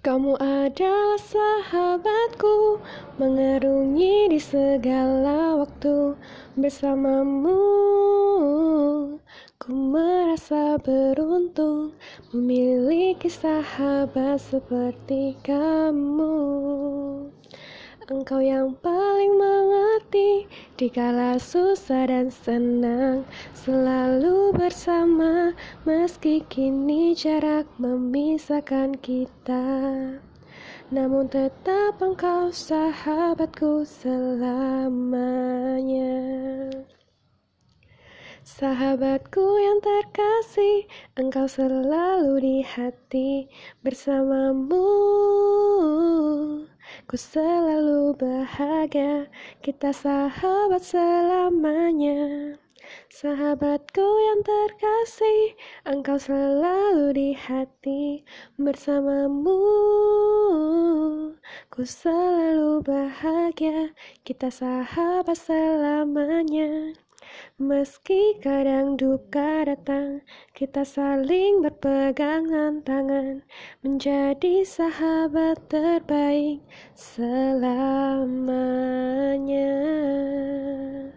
Kamu adalah sahabatku, mengarungi di segala waktu. Bersamamu, ku merasa beruntung memiliki sahabat seperti kamu. Engkau yang paling mengerti dikala susah dan senang, selalu bersama meski kini jarak memisahkan kita. Namun tetap engkau sahabatku selamanya. Sahabatku yang terkasih, engkau selalu di hati. Bersamamu ku selalu bahagia, kita sahabat selamanya. Sahabatku yang terkasih, engkau selalu di hati. Bersamamu ku selalu bahagia, kita sahabat selamanya. Meski kadang duka datang, kita saling berpegangan tangan, menjadi sahabat terbaik selamanya.